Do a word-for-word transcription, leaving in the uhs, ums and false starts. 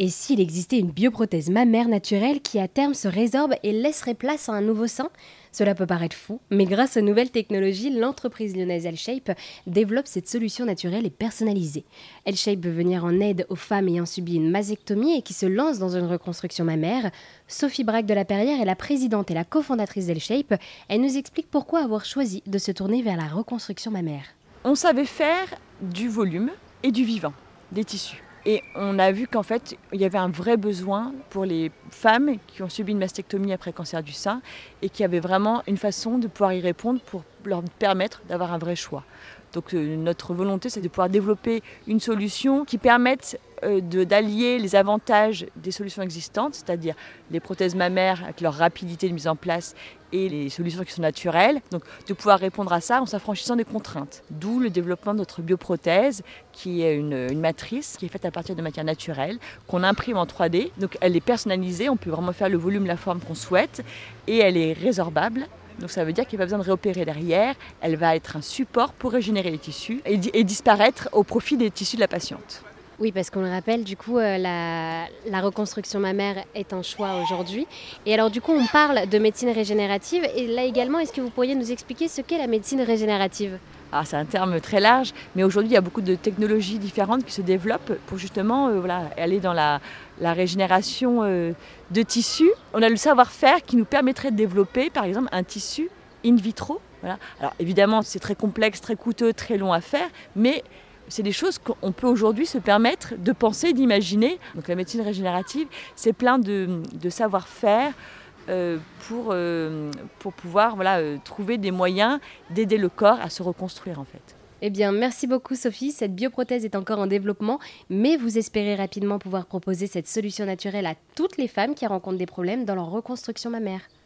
Et s'il existait une bioprothèse mammaire naturelle qui à terme se résorbe et laisserait place à un nouveau sein? Cela peut paraître fou, mais grâce aux nouvelles technologies, l'entreprise lyonnaise L-Shape développe cette solution naturelle et personnalisée. L-Shape veut venir en aide aux femmes ayant subi une mastectomie et qui se lancent dans une reconstruction mammaire. Sophie Braque de la Perrière est la présidente et la cofondatrice d'L-Shape. Elle nous explique pourquoi avoir choisi de se tourner vers la reconstruction mammaire. On savait faire du volume et du vivant, des tissus. Et on a vu qu'en fait, il y avait un vrai besoin pour les femmes qui ont subi une mastectomie après cancer du sein et qui avaient vraiment une façon de pouvoir y répondre pour leur permettre d'avoir un vrai choix. Donc euh, notre volonté, c'est de pouvoir développer une solution qui permette euh, de, d'allier les avantages des solutions existantes, c'est-à-dire les prothèses mammaires avec leur rapidité de mise en place et les solutions qui sont naturelles. Donc de pouvoir répondre à ça en s'affranchissant des contraintes. D'où le développement de notre bioprothèse, qui est une, une matrice qui est faite à partir de matières naturelles, qu'on imprime en trois D. Donc elle est personnalisée, on peut vraiment faire le volume, la forme qu'on souhaite, et elle est résorbable. Donc ça veut dire qu'il n'y a pas besoin de réopérer derrière, elle va être un support pour régénérer les tissus et, et disparaître au profit des tissus de la patiente. Oui, parce qu'on le rappelle, du coup, euh, la, la reconstruction mammaire est un choix aujourd'hui. Et alors, du coup, on parle de médecine régénérative. Et là également, est-ce que vous pourriez nous expliquer ce qu'est la médecine régénérative ? Alors, c'est un terme très large, mais aujourd'hui, il y a beaucoup de technologies différentes qui se développent pour justement euh, voilà, aller dans la, la régénération euh, de tissus. On a le savoir-faire qui nous permettrait de développer, par exemple, un tissu in vitro. Voilà. Alors, évidemment, c'est très complexe, très coûteux, très long à faire, mais c'est des choses qu'on peut aujourd'hui se permettre de penser, d'imaginer. Donc la médecine régénérative, c'est plein de, de savoir-faire euh, pour, euh, pour pouvoir voilà, euh, trouver des moyens d'aider le corps à se reconstruire en fait. Eh bien, merci beaucoup Sophie. Cette bioprothèse est encore en développement, mais vous espérez rapidement pouvoir proposer cette solution naturelle à toutes les femmes qui rencontrent des problèmes dans leur reconstruction mammaire.